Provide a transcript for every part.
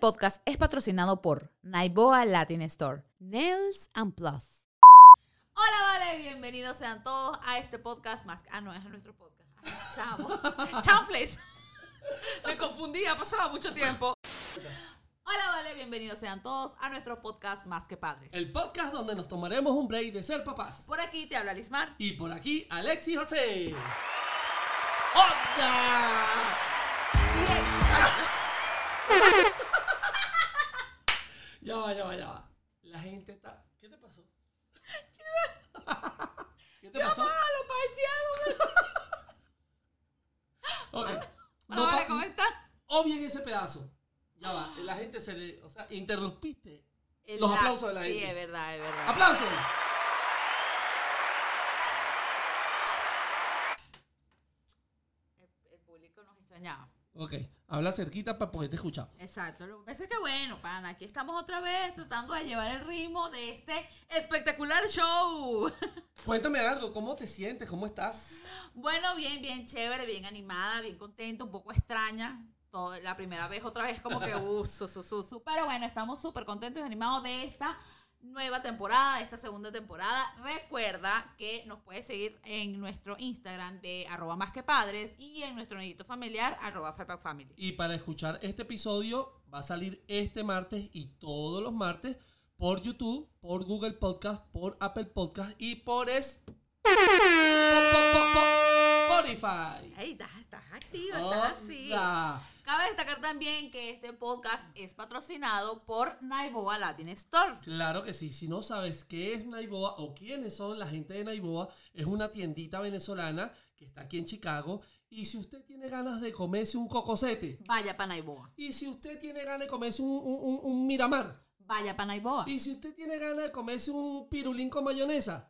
podcast es patrocinado por Naiboa Latin Store, Nails and Plus. Hola, vale, bienvenidos sean todos a este podcast más... Ah, no, es nuestro podcast. Ay, chamo. Chanfles. Me confundí, ha pasado mucho tiempo. Hola, vale, bienvenidos sean todos a nuestro podcast Más que Padres. El podcast donde nos tomaremos un break de ser papás. Por aquí te habla Lismar. Y por aquí, Alexis José. ¡Hola! Ya va. La gente está... ¿Qué te pasó? ¿Qué te pasó? Lo pasearon. Ok. Hola, vale, ¿cómo estás? Obvien ese pedazo. Ya va, la gente se le... O sea, interrumpiste los La- aplausos de la gente. Sí, es verdad, es verdad. ¡Aplausos! El público nos extrañaba. Ok, habla cerquita para poderte escuchar. Exacto, lo que pasa es que bueno, pana, aquí estamos otra vez tratando de llevar el ritmo de este espectacular show. Cuéntame algo, ¿cómo te sientes? ¿Cómo estás? Bueno, bien chévere, bien animada, bien contenta, un poco extraña. La primera vez otra vez como que pero bueno, estamos súper contentos y animados de esta nueva temporada, de esta segunda temporada. Recuerda que nos puedes seguir en nuestro Instagram de @másquepadres y en nuestro nidito familiar @FepaFamily. Y para escuchar este episodio va a salir este martes y todos los martes por YouTube, por Google Podcast, por Apple Podcast y por Spotify. Ahí estás activo, estás así. Oda. Cabe destacar también que este podcast es patrocinado por Naiboa Latin Store. Claro que sí, si no sabes qué es Naiboa o quiénes son la gente de Naiboa, es una tiendita venezolana que está aquí en Chicago. Y si usted tiene ganas de comerse un cocosete, Vaya para Naiboa. y si usted tiene ganas de comerse un miramar, Vaya para Naiboa. y si usted tiene ganas de comerse un pirulín con mayonesa,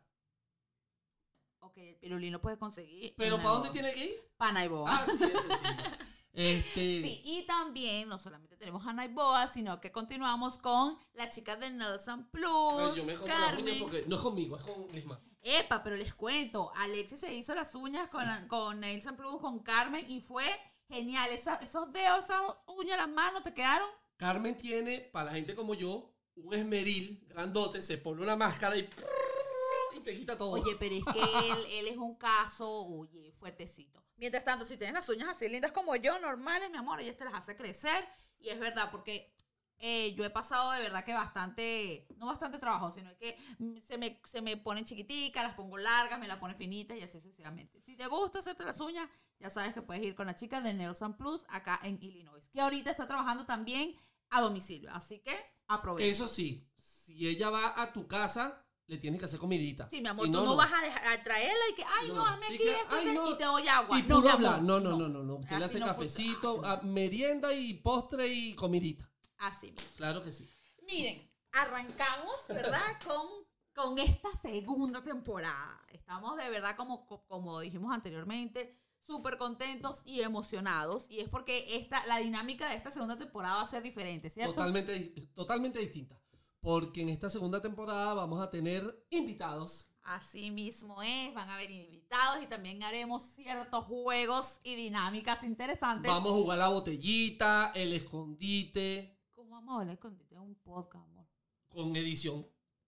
Ok, el pirulín lo puedes conseguir. ¿pero para dónde tiene que ir? Para Naiboa. Ah, sí, eso sí. Sí, y también no solamente tenemos a Naiboa, sino que continuamos con las chicas de Nelson Plus. Yo me corto las uñas porque no es conmigo, es con Lisma. Epa, pero les cuento, Alexis se hizo las uñas con Nelson Plus, con Carmen, y fue genial. Esos dedos, esas uñas, las manos, ¿te quedaron? Carmen tiene, para la gente como yo, un esmeril grandote, se pone una máscara y te quita todo. Oye, pero es que él es un caso, oye, fuertecito. Mientras tanto, si tienes las uñas así lindas como yo, normales, mi amor, ella te las hace crecer. Y es verdad, porque yo he pasado de verdad que no bastante trabajo, sino que se me ponen chiquiticas, las pongo largas, me las pone finitas y así sucesivamente. Si te gusta hacerte las uñas, ya sabes que puedes ir con la chica de Nelson Plus acá en Illinois, que ahorita está trabajando también a domicilio. Así que aprovecha. Eso sí, si ella va a tu casa, le tienes que hacer comidita. Sí, mi amor, Si tú no vas a traerla y que, ay, no, hazme Y aquí que, esto ay, no. y te doy agua. Y No, puro mi hablar. amor, No. Usted le Así hace no cafecito, funciona. merienda y postre y comidita. Así mismo. Claro que sí. Miren, arrancamos, ¿verdad? con esta segunda temporada. Estamos de verdad, como dijimos anteriormente, súper contentos y emocionados. Y es porque la dinámica de esta segunda temporada va a ser diferente, ¿cierto? Totalmente distinta. Porque en esta segunda temporada vamos a tener invitados. Así mismo es, van a haber invitados y también haremos ciertos juegos y dinámicas interesantes. Vamos a jugar la botellita, el escondite, ¿Cómo vamos a hablar contigo en un podcast, amor? con edición.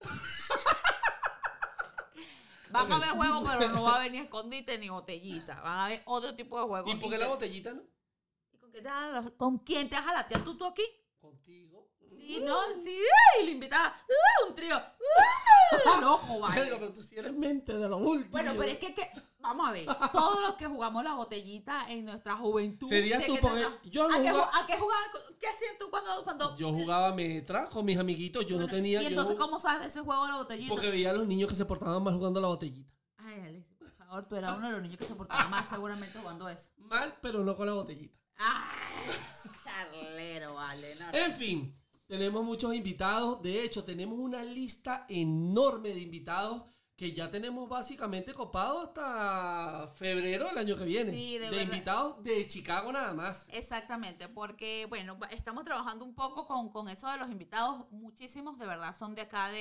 Van a haber juegos, pero no va a haber ni escondite ni botellita. Van a haber otro tipo de juegos. ¿Y por qué la botellita no? ¿Y con quién te vas a latear tú aquí? Contigo. Sí, no, sí, y la invitada, un trío, loco, vale. Verga, pero tú sí eres mente de lo último. Bueno, pero es que, vamos a ver, todos los que jugamos la botellita en nuestra juventud. Serías de tú, que porque yo no jugaba. ¿A qué jugabas? ¿Qué hacías tú cuando? Yo jugaba metra con mis amiguitos, yo no tenía. Y entonces, ¿cómo sabes de ese juego de la botellita? Porque veía a los niños que se portaban mal jugando a la botellita. Ay, Alexis, por favor, tú eras uno de los niños que se portaba más seguramente jugando eso. Mal, pero no con la botellita. Ay, charlero, vale. No. En fin, tenemos muchos invitados. De hecho, tenemos una lista enorme de invitados que ya tenemos básicamente copado hasta febrero del año que viene. Sí, de de verdad. invitados de Chicago nada más. Exactamente, porque bueno, estamos trabajando un poco con eso de los invitados. Muchísimos de verdad son de acá de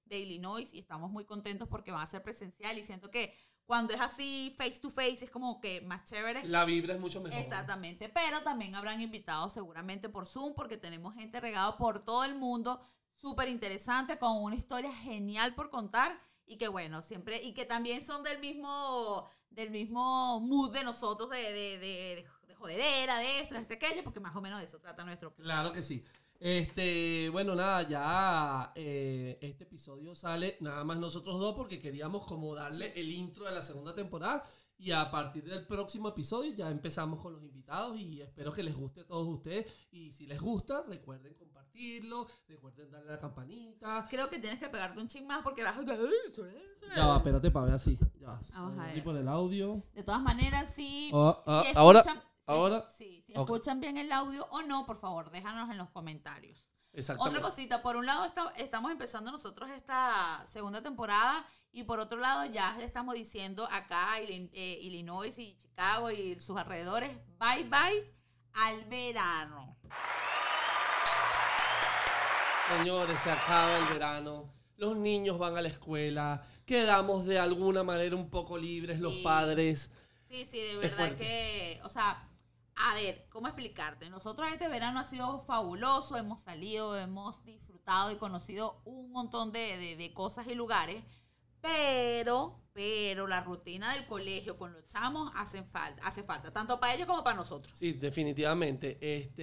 de Illinois y estamos muy contentos porque van a ser presencial y siento que cuando es así face to face es como que más chévere. La vibra es mucho mejor. Exactamente, pero también habrán invitados seguramente por Zoom porque tenemos gente regada por todo el mundo, súper interesante, con una historia genial por contar y que bueno, siempre, y que también son del mismo mood de nosotros, de jodedera, de esto, de aquello, porque más o menos de eso trata nuestro podcast. Claro que sí. Bueno, nada, ya este episodio sale nada más nosotros dos porque queríamos como darle el intro de la segunda temporada y a partir del próximo episodio ya empezamos con los invitados y espero que les guste a todos ustedes y si les gusta recuerden compartirlo, recuerden darle a la campanita. Creo que tienes que pegarte un ching más porque vas a... Ya va, espérate para ver así. Ya va. Vamos a ver. Y por el audio. De todas maneras, sí. Si ahora. escuchan- Ahora. Sí, si Ok. escuchan bien el audio o no, por favor, déjanos en los comentarios. Exactamente. Otra cosita, por un lado estamos empezando nosotros esta segunda temporada y por otro lado ya le estamos diciendo acá a Illinois y Chicago y sus alrededores, bye bye al verano. Señores, se acaba el verano, los niños van a la escuela, quedamos de alguna manera un poco libres los Sí. padres. Sí, de Es verdad fuerte. que, o sea, a ver, ¿cómo explicarte? Nosotros este verano ha sido fabuloso, hemos salido, hemos disfrutado y conocido un montón de cosas y lugares, pero la rutina del colegio con los chamos hace falta, tanto para ellos como para nosotros. Sí, definitivamente.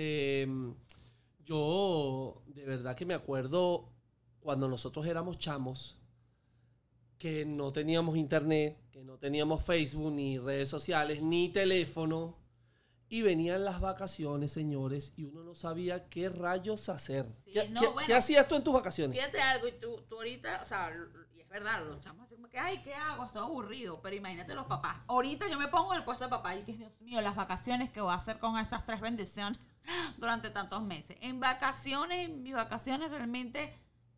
Yo de verdad que me acuerdo cuando nosotros éramos chamos, que no teníamos internet, que no teníamos Facebook, ni redes sociales, ni teléfono. Y venían las vacaciones, señores, y uno no sabía qué rayos hacer. Sí, ¿Qué, no, qué- bueno. qué hacías tú en tus vacaciones? Fíjate algo, y tú ahorita, o sea, y es verdad, los chamos así como que, ay, ¿qué hago? Estoy aburrido, pero imagínate los papás. Ahorita yo me pongo en el puesto de papá y que, Dios mío, las vacaciones que voy a hacer con esas 3 bendiciones durante tantos meses. En mis vacaciones realmente,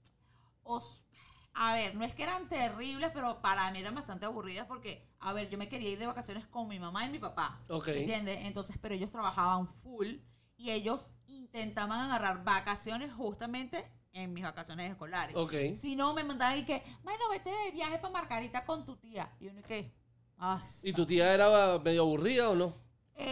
a ver, no es que eran terribles, pero para mí eran bastante aburridas porque, a ver, yo me quería ir de vacaciones con mi mamá y mi papá. Ok. ¿Entiendes? Entonces, pero ellos trabajaban full y ellos intentaban agarrar vacaciones justamente en mis vacaciones escolares. Ok. Si no, me mandaban y que, bueno, vete de viaje para Margarita con tu tía. Y uno que, ¿Y tu tía era medio aburrida o no?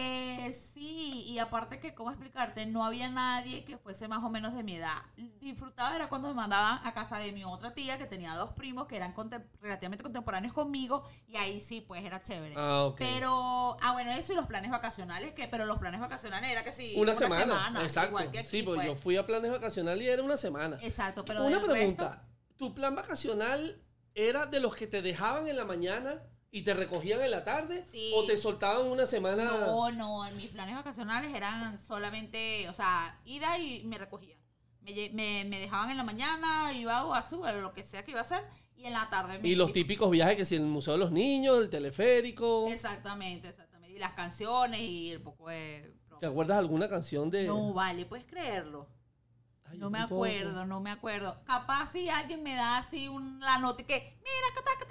sí, y aparte que, ¿cómo explicarte? No había nadie que fuese más o menos de mi edad. Disfrutaba era cuando me mandaban a casa de mi otra tía, que tenía 2 primos que eran relativamente contemporáneos conmigo, y ahí sí, pues era chévere. Ah, ok. Pero, bueno, eso y los planes vacacionales, pero los planes vacacionales era que sí. Una semana, exacto. igual que aquí, Sí, pues pues. yo fui a planes vacacionales y era una semana. Exacto, pero Una del pregunta, ¿tu plan vacacional era de los que te dejaban en la mañana y te recogían en la tarde? Sí. ¿O te soltaban una semana? No, en mis planes vacacionales eran solamente, o sea, ida y me recogían. Me dejaban en la mañana, iba a Guazú, a lo que sea que iba a hacer, y en la tarde me Y los típicos viajes que si en el Museo de los Niños, el teleférico. Exactamente. Y las canciones y el poco de... ¿Te acuerdas alguna canción de...? No, vale, ¿puedes creerlo? Ay, No yo me tampoco. acuerdo. Capaz si alguien me da así la nota y que, mira,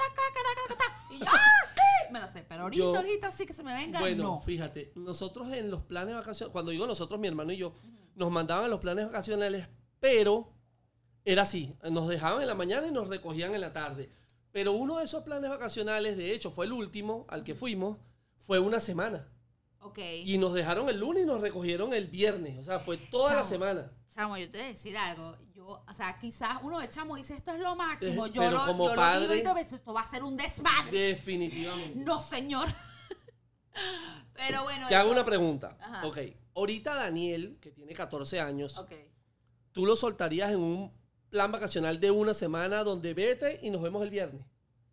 y yo, sí, me lo sé. Pero ahorita sí que se me venga, Bueno, no. fíjate, nosotros en los planes vacacionales, cuando digo nosotros, mi hermano y yo, nos mandaban a los planes vacacionales, pero era así, nos dejaban en la mañana y nos recogían en la tarde. Pero uno de esos planes vacacionales, de hecho, fue el último al que fuimos, fue una semana. Ok. Y nos dejaron el lunes y nos recogieron el viernes, o sea, fue toda la Chamo. semana. Chamo, yo te voy a decir algo. O sea, quizás uno de chamo dice, esto es lo máximo. Yo pero lo como digo padre- ahorita, esto va a ser un desmadre. Definitivamente. No, señor. Pero bueno. Te hago eso- una pregunta. Ajá. Ok, ahorita Daniel, que tiene 14 años, Ok. ¿tú lo soltarías en un plan vacacional de una semana donde vete y nos vemos el viernes?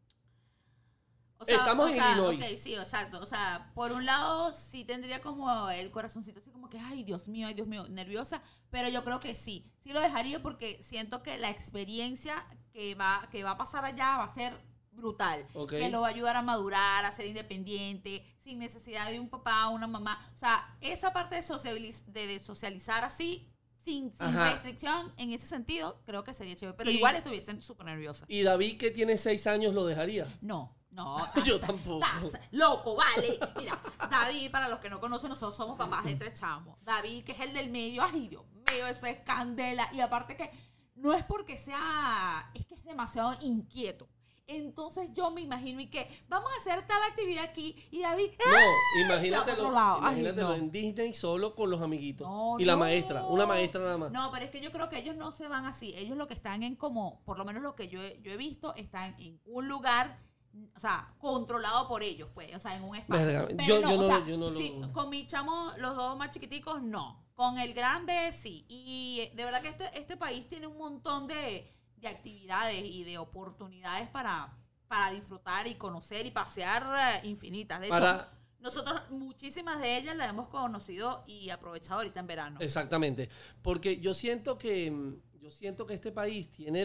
Estamos en Illinois. Ok, sí, exacto. O sea, por un lado sí tendría como el corazoncito así como que, ay, Dios mío, nerviosa. Pero yo creo que sí lo dejaría porque siento que la experiencia que va a pasar allá va a ser brutal. Ok. Que lo va a ayudar a madurar, a ser independiente, sin necesidad de un papá o una mamá. O sea, esa parte de socializar así, sin Ajá. restricción, en ese sentido, creo que sería chévere. Pero Y- igual estuviesen súper nerviosa. Y David, que tiene 6 años, lo dejaría. No. Yo tampoco. Estás loco, vale. Mira, David, para los que no conocen, nosotros somos papás de 3 chamos. David, que es el del medio, ay, Dios mío, eso es candela. Y aparte que no es porque sea, es que es demasiado inquieto. Entonces yo me imagino y que vamos a hacer tal actividad aquí y David, No, imagínatelo, Ay, imagínatelo no. en Disney solo con los amiguitos. No, Y la no. maestra, una maestra nada más. No, pero es que yo creo que ellos no se van así. Ellos lo que están en como, por lo menos lo que yo he visto, están en un lugar, o sea, controlado por ellos, pues, o sea, en un espacio. Verga, Pero yo o sea, no sí, lo... con mi chamo, los dos más chiquiticos, no. Con el grande, sí. Y de verdad que este país tiene un montón de actividades y de oportunidades para disfrutar y conocer y pasear infinitas. De hecho, nosotros muchísimas de ellas las hemos conocido y aprovechado ahorita en verano. Exactamente. Porque yo siento que este país tiene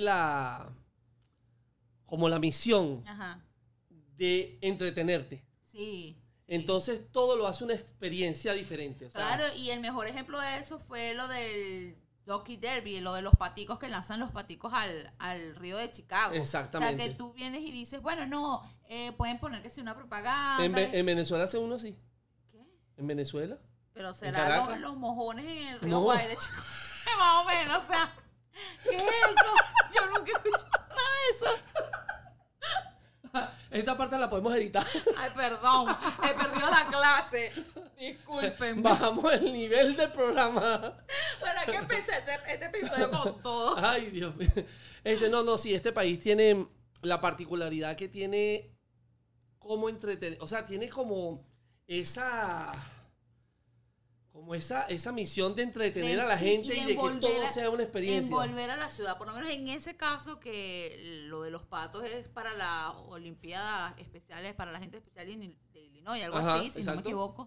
como la misión Ajá. de entretenerte. Sí. Entonces todo lo hace una experiencia diferente. O sea, Claro, y el mejor ejemplo de eso fue lo del Ducky Derby, lo de los paticos que lanzan los paticos al río de Chicago. Exactamente. O sea, que tú vienes y dices, bueno, no, pueden poner que sea una propaganda. En Venezuela hace uno así. ¿Qué? ¿En Venezuela? Pero ¿En será Caracas? los mojones en el río No. Guaire, chicos. Más o menos, o sea, ¿qué es eso? Yo nunca he escuchado nada de eso. Esta parte la podemos editar. Ay, perdón, he perdido la clase. Discúlpenme. Bajamos el nivel del programa. Bueno, hay que empezar este episodio con todo. Ay, Dios mío. Sí, este país tiene la particularidad que tiene como entretener, o sea, tiene como esa misión de entretener a la gente y de que todo sea una experiencia. Envolver a la ciudad, por lo menos en ese caso que lo de los patos es para las Olimpiadas Especiales, para la gente especial de Illinois, algo Ajá, así, si no me exacto. equivoco.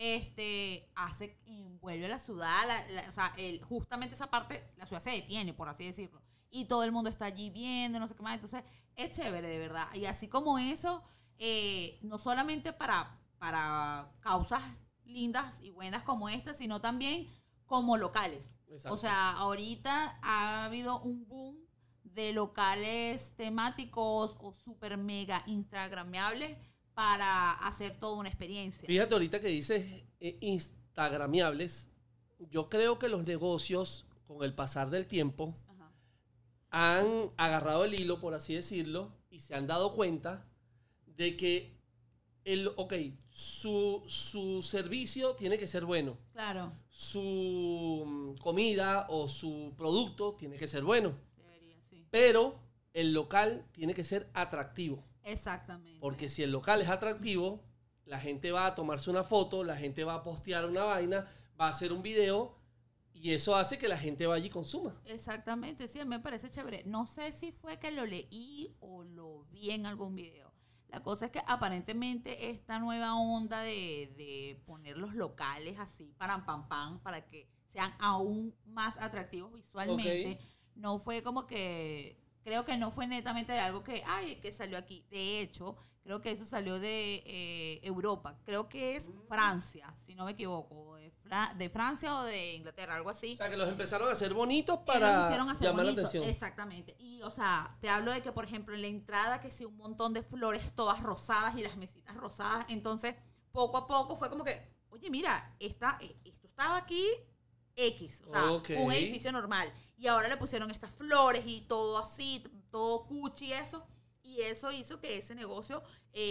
Envuelve a la ciudad, o sea, justamente esa parte, la ciudad se detiene, por así decirlo. Y todo el mundo está allí viendo, no sé qué más. Entonces, es chévere, de verdad. Y así como eso, no solamente para causas lindas y buenas como esta, sino también como locales. Exacto. O sea, ahorita ha habido un boom de locales temáticos o super mega instagramables para hacer toda una experiencia. Fíjate ahorita que dices instagramiables, yo creo que los negocios con el pasar del tiempo Ajá. han agarrado el hilo, por así decirlo, y se han dado cuenta de que su servicio tiene que ser bueno. Claro. Su comida o su producto tiene que ser bueno. Debería, sí. Pero el local tiene que ser atractivo. Exactamente. Porque si el local es atractivo, la gente va a tomarse una foto, la gente va a postear una vaina, va a hacer un video y eso hace que la gente vaya y consuma. Exactamente, sí, me parece chévere. No sé si fue que lo leí o lo vi en algún video. La cosa es que aparentemente esta nueva onda de poner los locales así, pam, para que sean aún más atractivos visualmente, no fue como que, creo que no fue netamente de algo que salió aquí. De hecho, creo que eso salió de Europa. Creo que es Francia, si no me equivoco. De Francia o de Inglaterra, algo así. O sea, que los empezaron a hacer bonitos Los para hicieron hacer llamar la bonito. atención. Exactamente. Y, o sea, te hablo de que, por ejemplo, en la entrada, que sí, un montón de flores todas rosadas y las mesitas rosadas. Entonces, poco a poco fue como que, oye, mira, esto estaba aquí X. O sea, un edificio normal. Y ahora le pusieron estas flores y todo así, todo cuchi y eso. Y eso hizo que ese negocio,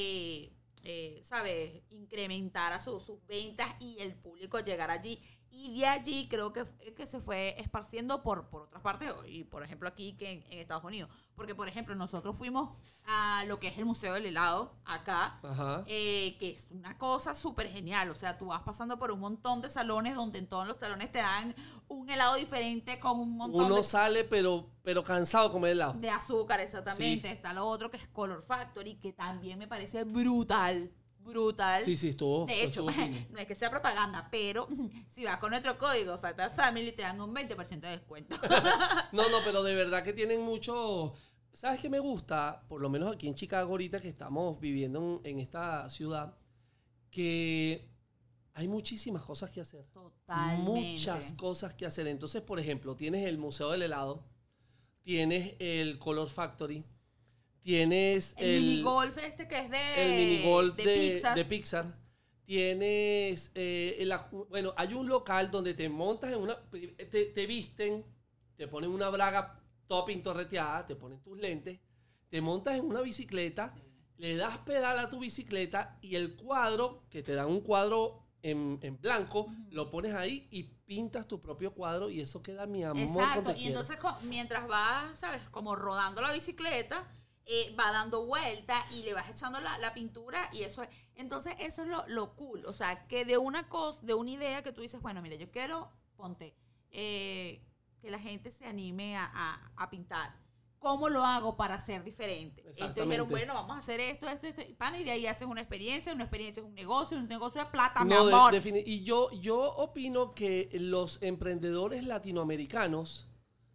¿sabes? Incrementara sus ventas y el público llegara allí. Y de allí creo que se fue esparciendo por otras partes. Y, por ejemplo, aquí que en Estados Unidos. Porque, por ejemplo, nosotros fuimos a lo que es el Museo del Helado, acá. Ajá. Que es una cosa súper genial. O sea, tú vas pasando por un montón de salones donde en todos los salones te dan un helado diferente con un montón Uno sale pero cansado de comer helado. de azúcar, exactamente. Sí. Está lo otro que es Color Factory, que también me parece brutal. Sí, estuvo. De hecho, estuvo fino. no es que sea propaganda, pero si vas con nuestro código FAPAFamily te dan un 20% de descuento. No, pero de verdad que tienen mucho. ¿Sabes qué me gusta? Por lo menos aquí en Chicago ahorita que estamos viviendo en esta ciudad, que hay muchísimas cosas que hacer. Totalmente. Muchas cosas que hacer. Entonces, por ejemplo, tienes el Museo del Helado, tienes el Color Factory, tienes el minigolf que es el minigolf de Pixar. de Pixar. Tienes, hay un local donde te montas en te visten, te ponen una braga toda pintorreteada, te ponen tus lentes, te montas en una bicicleta, Sí. le das pedal a tu bicicleta y el cuadro, que te dan un cuadro en blanco, lo pones ahí y pintas tu propio cuadro y eso queda mi amor. Exacto, con te y quiero. entonces mientras vas, ¿sabes? Como rodando la bicicleta, va dando vuelta y le vas echando la pintura y eso es. Entonces eso es lo cool, o sea, que de una cosa, de una idea que tú dices, bueno, mira, yo quiero, ponte, que la gente se anime a pintar. ¿Cómo lo hago para ser diferente? Entonces dijeron, bueno, vamos a hacer esto, y pana, y de ahí haces una experiencia es un negocio de plata, mi amor. Y yo opino que los emprendedores latinoamericanos,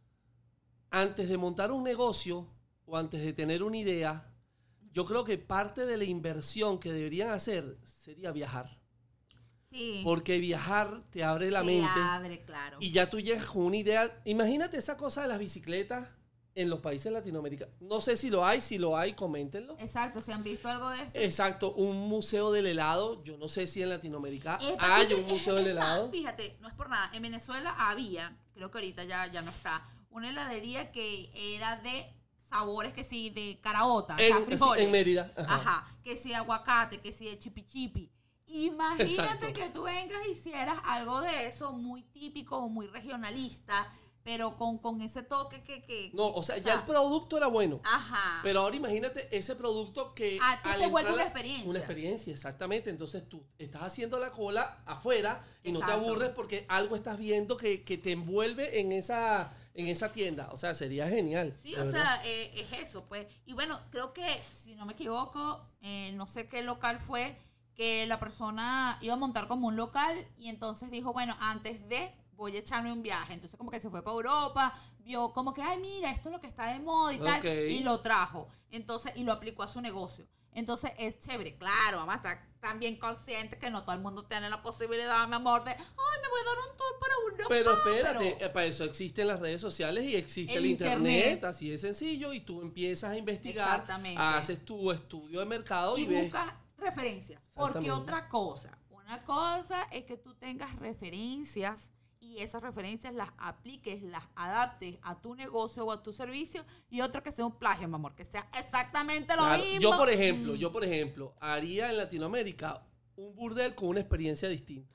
antes de montar un negocio o antes de tener una idea, yo creo que parte de la inversión que deberían hacer sería viajar. Sí. Porque viajar te abre la mente. Te abre, claro. Y ya tú llegas con una idea. Imagínate esa cosa de las bicicletas en los países latinoamericanos. No sé si lo hay, coméntenlo. Exacto, si han visto algo de esto. Exacto, un museo del helado. Yo no sé si en Latinoamérica hay un museo del helado. Fíjate, no es por nada. En Venezuela había, creo que ahorita ya no está, una heladería que era de sabores que sí, de caraota, frijoles. En Mérida. Ajá, que sí de aguacate, que sí de chipi. Imagínate Exacto. que tú vengas y hicieras algo de eso muy típico, muy regionalista, pero con ese toque que No, o sea, ya el producto era bueno. Ajá. Pero ahora imagínate ese producto que... se vuelve una experiencia. Una experiencia, exactamente. Entonces tú estás haciendo la cola afuera y no te aburres porque algo estás viendo que te envuelve en esa tienda. O sea, sería genial. Sí, o sea, es eso, pues. Y bueno, creo que, si no me equivoco, no sé qué local fue, que la persona iba a montar como un local y entonces dijo, bueno, antes de voy a echarme un viaje. Entonces como que se fue para Europa, vio como que, ay, mira, esto es lo que está de moda y tal, y lo trajo. Entonces, y lo aplicó a su negocio. Entonces es chévere, claro, vamos a estar también conscientes que no todo el mundo tiene la posibilidad, mi amor, de, ay, me voy a dar un tour para Europa. Pero espérate, para eso existen las redes sociales y existe el internet, así de sencillo, y tú empiezas a investigar, haces tu estudio de mercado y ves... buscas referencias. Porque una cosa es que tú tengas referencias y esas referencias las apliques, las adaptes a tu negocio o a tu servicio, y otra que sea un plagio, mi amor, que sea exactamente lo mismo. Yo por ejemplo, haría en Latinoamérica un burdel con una experiencia distinta.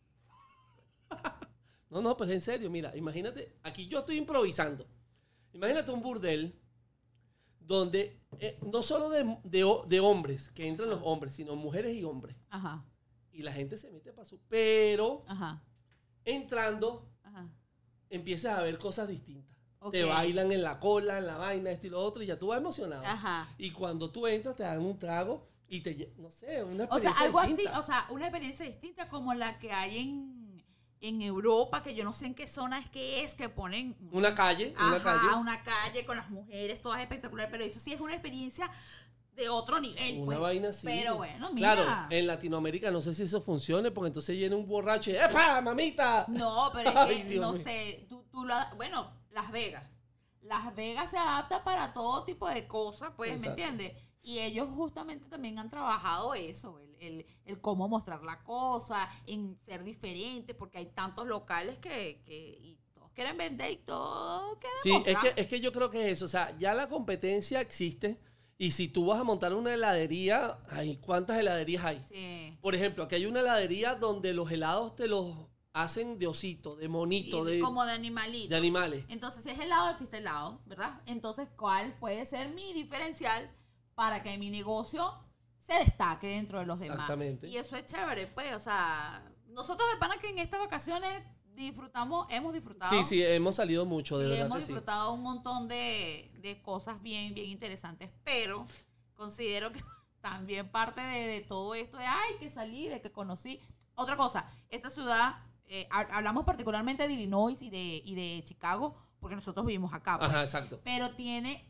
No, pues en serio, mira, imagínate, aquí yo estoy improvisando. Imagínate un burdel donde no solo de hombres, que entran los hombres, sino mujeres y hombres. Ajá. Y la gente se mete para su... Pero... Ajá. Entrando, empiezas a ver cosas distintas. Okay. Te bailan en la cola, en la vaina, esto y lo otro, y ya tú vas emocionado. Ajá. Y cuando tú entras, te dan un trago y no sé, una experiencia distinta. O sea, algo distinta. así, o sea, una experiencia distinta como la que hay en Europa, que yo no sé en qué zona es que ponen... Una calle. Una calle con las mujeres, todas espectaculares, pero eso sí es una experiencia de otro nivel. Una vaina así. Pero bueno, mira. Claro, en Latinoamérica no sé si eso funcione, porque entonces viene un borracho y ¡epa, mamita! No, pero es que, no sé, bueno, Las Vegas. Las Vegas se adapta para todo tipo de cosas, pues, exacto. ¿Me entiendes? Y ellos justamente también han trabajado eso, el cómo mostrar la cosa, en ser diferente, porque hay tantos locales que y todos quieren vender y todos quieren mostrar. Es que yo creo que es eso, o sea, ya la competencia existe. Y si tú vas a montar una heladería, ay, ¿cuántas heladerías hay? Sí. Por ejemplo, aquí hay una heladería donde los helados te los hacen de osito, de monito, sí, como de animalitos. De animales. Entonces, si es helado, existe helado, ¿verdad? Entonces, ¿cuál puede ser mi diferencial para que mi negocio se destaque dentro de los demás? Exactamente. Y eso es chévere, pues, o sea, nosotros de pana que en estas vacaciones hemos disfrutado. Sí, hemos salido mucho, de verdad. Hemos disfrutado un montón de cosas bien interesantes, pero considero que también parte de todo esto de, ay, que salí, de que conocí. Otra cosa, esta ciudad, hablamos particularmente de Illinois y de Chicago, porque nosotros vivimos acá. Pues, ajá, exacto. Pero tiene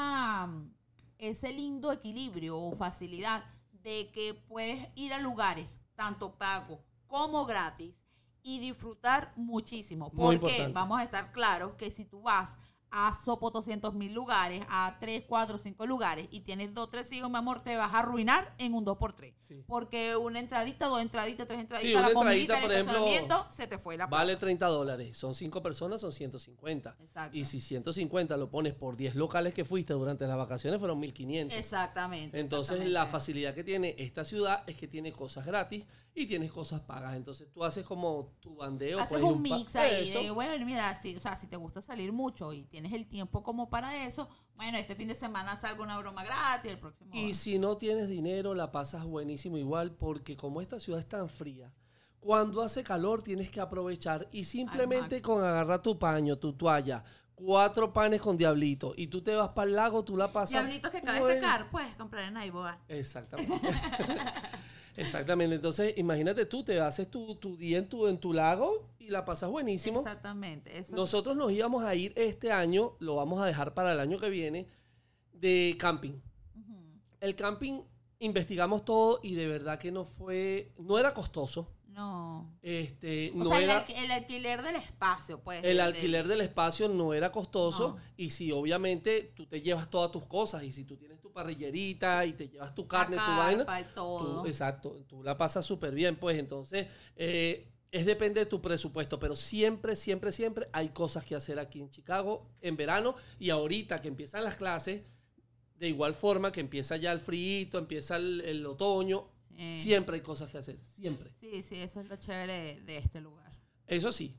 ese lindo equilibrio o facilidad de que puedes ir a lugares, tanto pagos como gratis, y disfrutar muchísimo. Porque vamos a estar claros que si tú vas a sopo 200.000 lugares, a 3, 4, 5 lugares, y tienes 2, 3 hijos, mi amor, te vas a arruinar en un 2x3. Sí. Porque una entradita, 2 entraditas, 3 entraditas, Sí, una la comidita, entradita, el por ejemplo, estacionamiento, se te fue la plata. Vale $30. Son 5 personas, son 150. Exacto. Y si 150 lo pones por 10 locales que fuiste durante las vacaciones, fueron 1.500. Exactamente. Entonces, la facilidad que tiene esta ciudad es que tiene cosas gratis y tienes cosas pagas. Entonces, tú haces como tu bandeo. Haces pues, un mix ahí. Eso. Bueno, mira, si te gusta salir mucho y tienes el tiempo como para eso, bueno, este fin de semana salgo una broma gratis, el próximo. Y si no tienes dinero, la pasas buenísimo igual, porque como esta ciudad es tan fría, cuando hace calor tienes que aprovechar y simplemente con agarrar tu paño, tu toalla, 4 panes con diablito y tú te vas para el lago, tú la pasas. Diablitos que acabas de pecar, puedes comprar en Aiboa. Exactamente. Exactamente. Entonces, imagínate tú, te haces tu día en tu lago y la pasas buenísimo. Exactamente. Eso. Nosotros nos íbamos a ir este año, lo vamos a dejar para el año que viene, de camping. El camping, investigamos todo y de verdad que no era costoso. No. No o sea, era, el alquiler del espacio, pues. el alquiler del espacio no era costoso. No. Y si obviamente tú te llevas todas tus cosas y si tú tienes tu parrillerita y te llevas tu carne, tu vaina, todo. exacto, tú la pasas súper bien, pues entonces depende de tu presupuesto, pero siempre, siempre, siempre hay cosas que hacer aquí en Chicago en verano y ahorita que empiezan las clases, de igual forma que empieza ya el frío, empieza el otoño. Siempre hay cosas que hacer, siempre. Sí, eso es lo chévere de este lugar. Eso sí,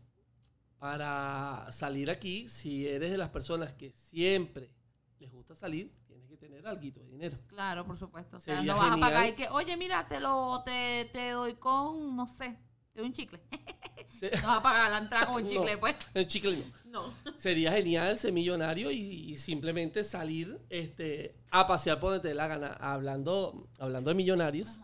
para salir aquí, si eres de las personas que siempre les gusta salir, tienes que tener alguito de dinero. Claro, por supuesto. O sea, Sería no vas genial. a pagar y que, oye, mira, te doy con, no sé, te doy un chicle. No vas a pagar la entrada con un chicle, No, pues. el chicle no. No. Sería genial ser millonario y simplemente salir a pasear por donde te dé la gana. Hablando de millonarios,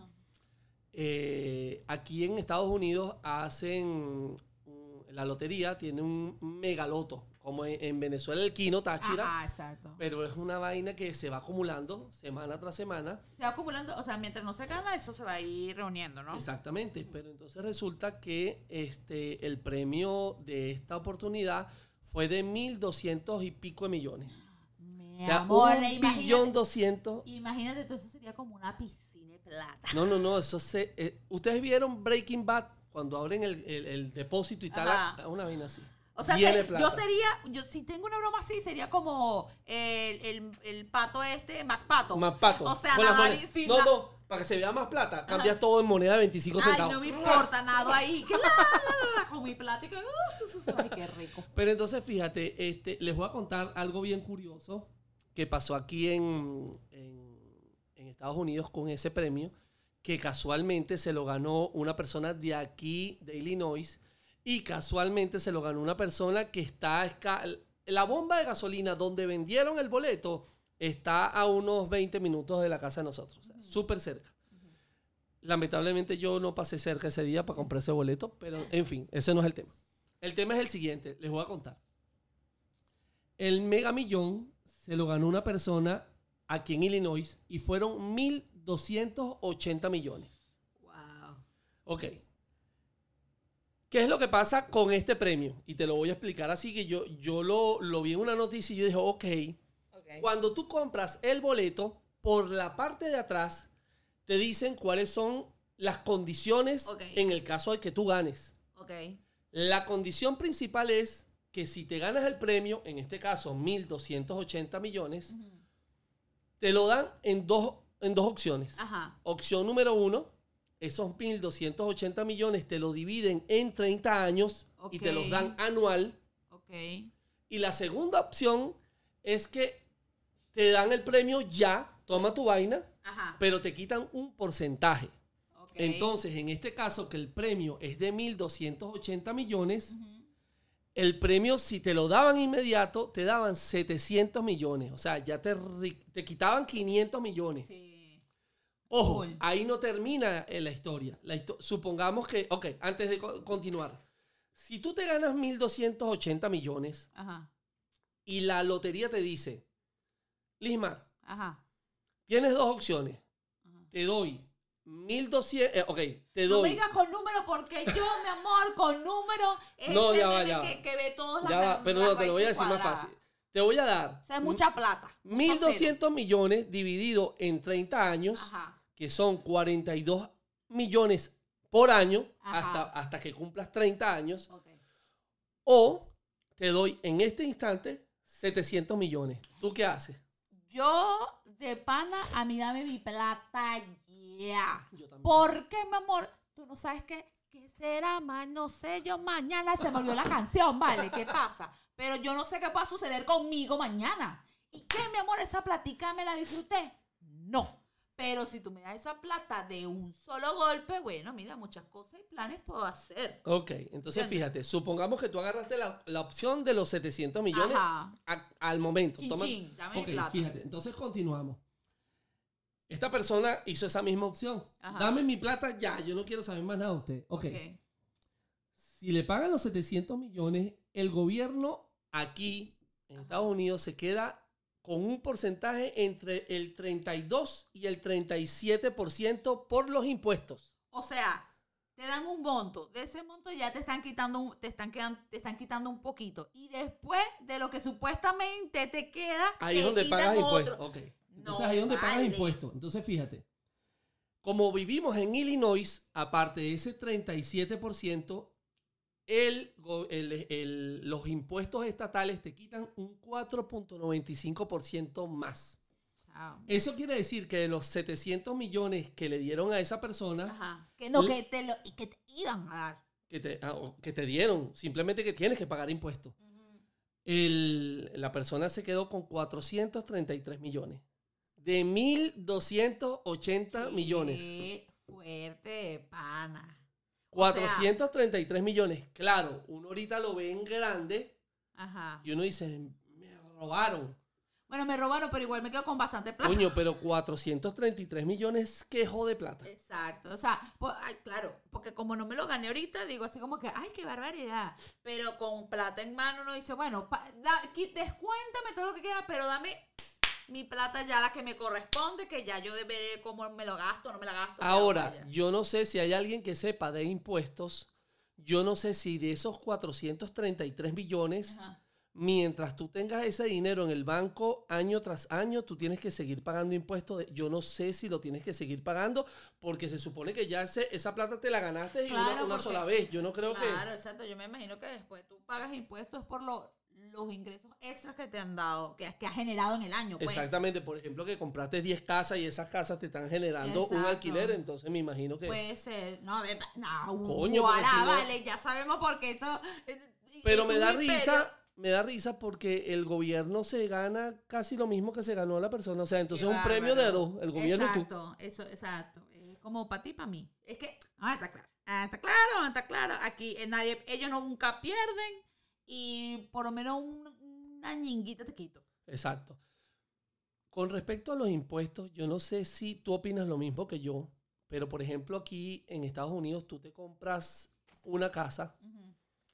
aquí en Estados Unidos hacen la lotería, tiene un megaloto, como en Venezuela el Kino Táchira. Ajá, exacto. Pero es una vaina que se va acumulando semana tras semana. Se va acumulando, o sea, mientras no se gana, eso se va a ir reuniendo, ¿no? Exactamente, pero entonces resulta que el premio de esta oportunidad fue de 1.200 y pico de millones. Mi O sea, amor, 1.200.000.000. Imagínate, tú, eso sería como una piscina de plata. No, eso ¿ustedes vieron Breaking Bad? Cuando abren el depósito y tal, una vaina así. O sea, Viene plata. yo si tengo una broma así, sería como el pato MacPato. MacPato. O sea, con las nada monedas. sin No, para que se vea más plata, cambias todo en moneda de 25 centavos. Ay, no me importa, nada ahí. Que con mi plata y que, ay, qué rico. Pero entonces, fíjate, les voy a contar algo bien curioso que pasó aquí en Estados Unidos con ese premio, que casualmente se lo ganó una persona de aquí, de Illinois, y casualmente se lo ganó una persona que está... La bomba de gasolina donde vendieron el boleto está a unos 20 minutos de la casa de nosotros, o sea, súper cerca. Lamentablemente yo no pasé cerca ese día para comprar ese boleto, pero en fin, ese no es el tema. El tema es el siguiente, les voy a contar. El Mega Millón se lo ganó una persona aquí en Illinois y fueron 1.280 millones. Wow. Ok. ¿Qué es lo que pasa con este premio? Y te lo voy a explicar así, que yo lo vi en una noticia y yo dije, ok. Cuando tú compras el boleto, por la parte de atrás te dicen cuáles son las condiciones en el caso de que tú ganes. Ok. La condición principal es que si te ganas el premio, en este caso 1.280 millones, te lo dan en dos opciones. Ajá. Opción número 1, esos 1.280 millones te lo dividen en 30 años y te los dan anual. Ok. Y la segunda opción es que te dan el premio ya, toma tu vaina, pero te quitan un porcentaje. Okay. Entonces, en este caso, que el premio es de 1.280 millones, el premio, si te lo daban inmediato, te daban 700 millones. O sea, ya te quitaban 500 millones. Sí. Ojo, ahí no termina la historia. Supongamos que, antes de continuar, si tú te ganas 1.280 millones y la lotería te dice, Lismar, tienes dos opciones. Te doy 1.200, te doy. No me digas con número porque yo, mi amor, con número es no, que ve todos pero no, te lo voy a decir más fácil. Te voy a dar O sea, es mucha plata. 1.200 millones dividido en 30 años, Ajá. que son 42 millones por año Ajá. hasta que cumplas 30 años. Ok. O te doy en este instante 700 millones. ¿Tú qué haces? Yo, de pana, a mí dame mi plata ya. Yo también. ¿Por qué, mi amor? Tú no sabes qué será, no sé, yo mañana se me olvidó la canción, ¿vale? ¿Qué pasa? Pero yo no sé qué va a suceder conmigo mañana. ¿Y qué, mi amor? ¿Esa platica me la disfruté? No. Pero si tú me das esa plata de un solo golpe, bueno, mira, muchas cosas y planes puedo hacer. Ok, entonces fíjate, supongamos que tú agarraste la opción de los 700 millones Ajá. al momento. Chin, Toma- chin, dame mi ok, plata. fíjate, entonces continuamos. Esta persona hizo esa misma opción. Ajá. Dame mi plata ya, yo no quiero saber más nada de usted. Ok. Ok. Si le pagan los 700 millones, el gobierno aquí en Estados Unidos se queda con un porcentaje entre el 32 y el 37% por los impuestos. O sea, te dan un monto. De ese monto ya te están quitando un poquito. Y después de lo que supuestamente te queda, Ahí te es donde quitan pagas otro. impuestos. Ok. Entonces No ahí es donde pagas vale. impuestos. Entonces fíjate, como vivimos en Illinois, aparte de ese 37%, los impuestos estatales te quitan un 4.95% más. Chao. Eso quiere decir que de los 700 millones que le dieron a esa persona, Ajá. Que no, que te iban a dar. que te dieron, simplemente que tienes que pagar impuestos, la persona se quedó con 433 millones. De 1.280 millones. Qué fuerte, pana. 433 millones. Claro, uno ahorita lo ve en grande Ajá. y uno dice, me robaron. Bueno, me robaron, pero igual me quedo con bastante plata. Coño, pero 433 millones, qué de plata. Exacto, o sea, claro, porque como no me lo gané ahorita, digo así como que, ay, qué barbaridad, pero con plata en mano uno dice, bueno, descuéntame todo lo que queda, pero dame mi plata ya, la que me corresponde, que ya yo veré cómo me lo gasto, no me la gasto. Ahora, ya. yo no sé si hay alguien que sepa de impuestos, yo no sé si de esos 433 millones, Ajá. mientras tú tengas ese dinero en el banco año tras año, tú tienes que seguir pagando impuestos. Yo no sé si lo tienes que seguir pagando porque se supone que ya esa plata te la ganaste y Claro, una porque- sola vez. Yo no creo que... Claro, exacto, yo me imagino que después tú pagas impuestos por los ingresos extras que te han dado, que has generado en el año, pues. Exactamente, por ejemplo, que compraste 10 casas y esas casas te están generando un Exacto. alquiler, entonces me imagino que... Puede ser, no, a ver, no, Coño, porque guará, si no- vale, ya sabemos por qué esto... Pero y me un da imperio. risa porque el gobierno se gana casi lo mismo que se ganó la persona. O sea, entonces Qué es un premio de bárbaro. dos, el gobierno y tú. Exacto, eso, exacto. Como para ti, para mí. Es que, está claro. Está claro. Aquí ellos nunca pierden y por lo menos una ñinguita te quito. Exacto. Con respecto a los impuestos, yo no sé si tú opinas lo mismo que yo, pero por ejemplo aquí en Estados Unidos tú te compras una casa Ujú,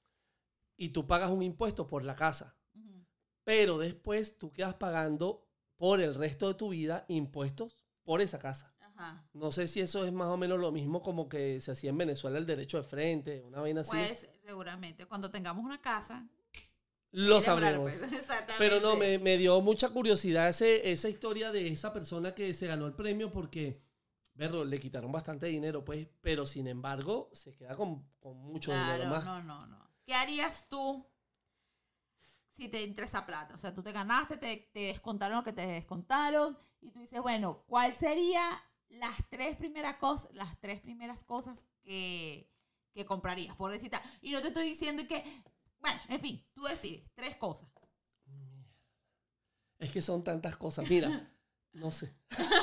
y tú pagas un impuesto por la casa, ujú. pero después tú quedas pagando por el resto de tu vida impuestos por esa casa. Ajá. No sé si eso es más o menos lo mismo como que se hacía en Venezuela el derecho de frente, una vaina así. Pues seguramente cuando tengamos una casa. Lo hay que hablar, sabremos. pues. Exactamente. Pero no, me dio mucha curiosidad esa historia de esa persona que se ganó el premio porque, verlo, le quitaron bastante dinero, pues, pero sin embargo se queda con mucho dinero más. No. ¿Qué harías tú si te entra esa plata? O sea, tú te ganaste, te descontaron lo que te descontaron y tú dices, bueno, ¿cuál sería las tres primeras cosas que comprarías? Por decirte, y no te estoy diciendo que, bueno, en fin, tú decides, 3 cosas. Es que son tantas cosas. Mira, no sé.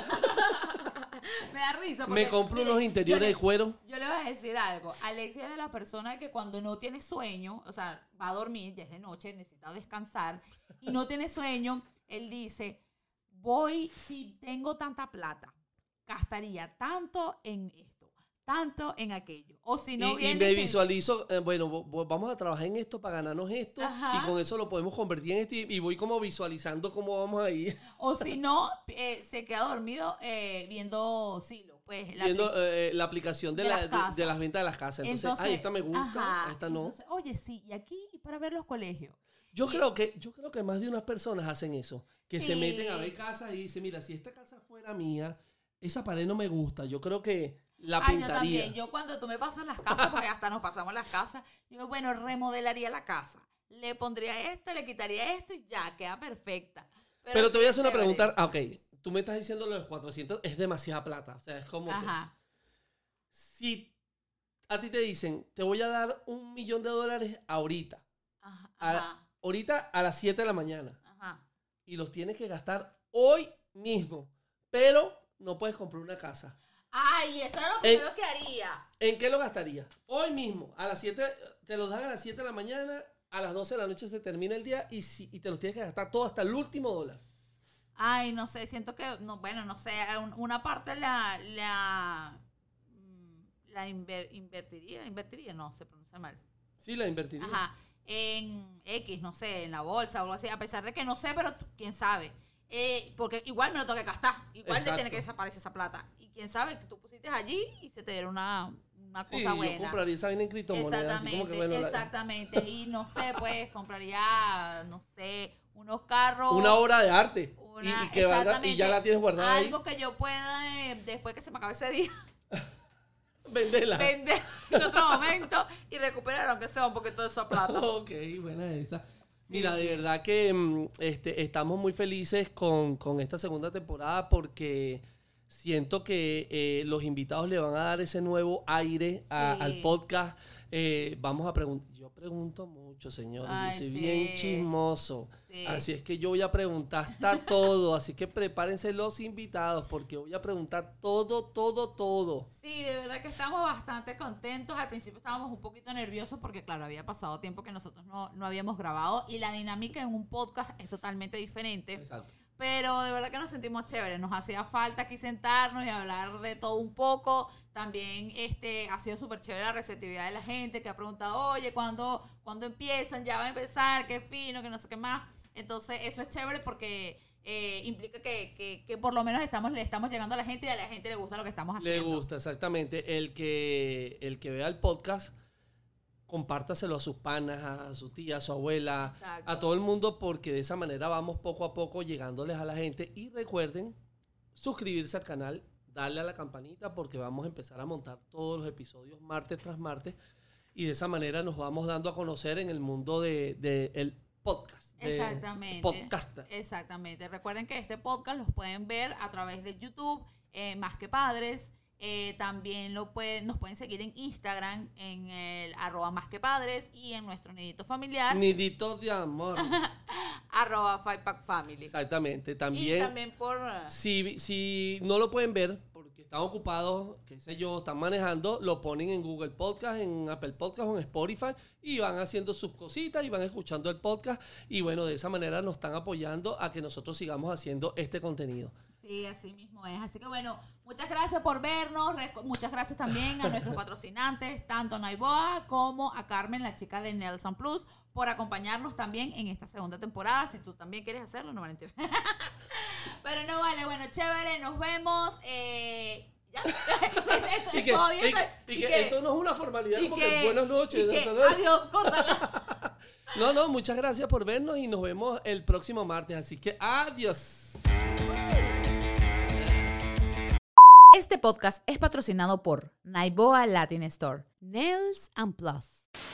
Me da risa. Me compro unos interiores de cuero. Yo le voy a decir algo. Alexia es de la persona que cuando no tiene sueño, o sea, va a dormir, ya es de noche, necesita descansar, y no tiene sueño, él dice, si tengo tanta plata, gastaría tanto en esto, tanto en aquello. O si no Y viene... me visualizo, bueno, vamos a trabajar en esto para ganarnos esto Ajá. y con eso lo podemos convertir en esto y voy como visualizando cómo vamos a ir. O si no, se queda dormido viendo Silo. Pues, Viendo la aplicación de las casas. las ventas de las casas. Entonces, ay, esta me gusta, ajá, esta no. entonces, oye, sí, y aquí para ver los colegios. Yo creo que más de unas personas hacen eso, que Sí. se meten a ver casas y dicen, mira, si esta casa fuera mía, esa pared no me gusta, yo creo que la Yo pintaría. también. Yo cuando tú me pasas las casas, porque hasta nos pasamos las casas, digo, bueno, remodelaría la casa. Le pondría esto, le quitaría esto y ya, queda perfecta. Pero sí te voy a es hacer una chévere. pregunta. Ok, tú me estás diciendo lo de los 400, es demasiada plata. O sea, es como que Ajá. si a ti te dicen, te voy a dar $1.000.000 ahorita, Ajá. a- ahorita a las 7 de la mañana, Ajá. y los tienes que gastar hoy mismo, pero no puedes comprar una casa. Ay, eso era lo primero que haría. ¿En qué lo gastarías? Hoy mismo, a las 7, te los dan a las 7 de la mañana, a las 12 de la noche se termina el día y te los tienes que gastar todo hasta el último dólar. Ay, no sé, siento que, no, bueno, no sé, una parte invertiría, no, se pronuncia mal. Sí, la invertirías. Ajá, en X, no sé, en la bolsa o algo así, a pesar de que no sé, pero quién sabe. Porque igual me lo tengo que gastar, igual te Exacto. tiene que desaparecer esa plata. Y quién sabe que tú pusiste allí y se te dieron una Sí, cosa yo buena. compraría esa vaina en criptomonedas. Así como Exactamente, que, bueno, exactamente. Y no sé, pues compraría, no sé, unos carros. una obra de arte. Una- Y que valga, y ya la tienes guardada ahí. Algo que yo pueda, después que se me acabe ese día, Venderla. vender en otro momento y recuperar, aunque sea un poquito de esa plata. Ok, buena esa. Mira, sí. de verdad que estamos muy felices con esta segunda temporada porque siento que los invitados le van a dar ese nuevo aire Sí. al podcast. Vamos a preguntar. Yo pregunto mucho, señores. Ay, Yo soy sí. bien chismoso. Sí. Así es que yo voy a preguntar hasta todo. Así que prepárense los invitados porque voy a preguntar todo. Sí, de verdad que estamos bastante contentos. Al principio estábamos un poquito nerviosos porque, claro, había pasado tiempo que nosotros no habíamos grabado y la dinámica en un podcast es totalmente diferente. Exacto. Pero de verdad que nos sentimos chéveres. Nos hacía falta aquí sentarnos y hablar de todo un poco. También ha sido súper chévere la receptividad de la gente que ha preguntado, oye, ¿cuándo empiezan? Ya va a empezar, qué fino, que no sé qué más. Entonces eso es chévere porque implica que por lo menos le estamos llegando a la gente y a la gente le gusta lo que estamos Le haciendo. gusta, exactamente. El que vea el podcast, compártaselo a sus panas, a su tía, a su abuela, Exacto. a todo el mundo, porque de esa manera vamos poco a poco llegándoles a la gente. Y recuerden suscribirse al canal, darle a la campanita, porque vamos a empezar a montar todos los episodios martes tras martes. Y de esa manera nos vamos dando a conocer en el mundo de el podcast. Exactamente. Podcaster. Exactamente. Recuerden que este podcast los pueden ver a través de YouTube, Más que Padres. También nos pueden seguir en Instagram, en el @másquepadres y en nuestro nidito familiar, Nidito de amor. @5packfamily. Exactamente. Y También, también por... si no lo pueden ver porque están ocupados, qué sé yo, están manejando, lo ponen en Google Podcast, en Apple Podcast o en Spotify y van haciendo sus cositas y van escuchando el podcast. Y bueno, de esa manera nos están apoyando a que nosotros sigamos haciendo este contenido. Sí, así mismo es. Así que bueno, muchas gracias por vernos. Muchas gracias también a nuestros patrocinantes, tanto a Naiboa como a Carmen, la chica de Nelson Plus, por acompañarnos también en esta segunda temporada. Si tú también quieres hacerlo, no vale mentira. Pero no vale, bueno, chévere, nos vemos. Ya. Y que esto no es una formalidad como que buenas noches. hasta luego. Adiós, córtala. No, muchas gracias por vernos y nos vemos el próximo martes. Así que adiós. Este podcast es patrocinado por Naiboa Latin Store, Nails and Plus.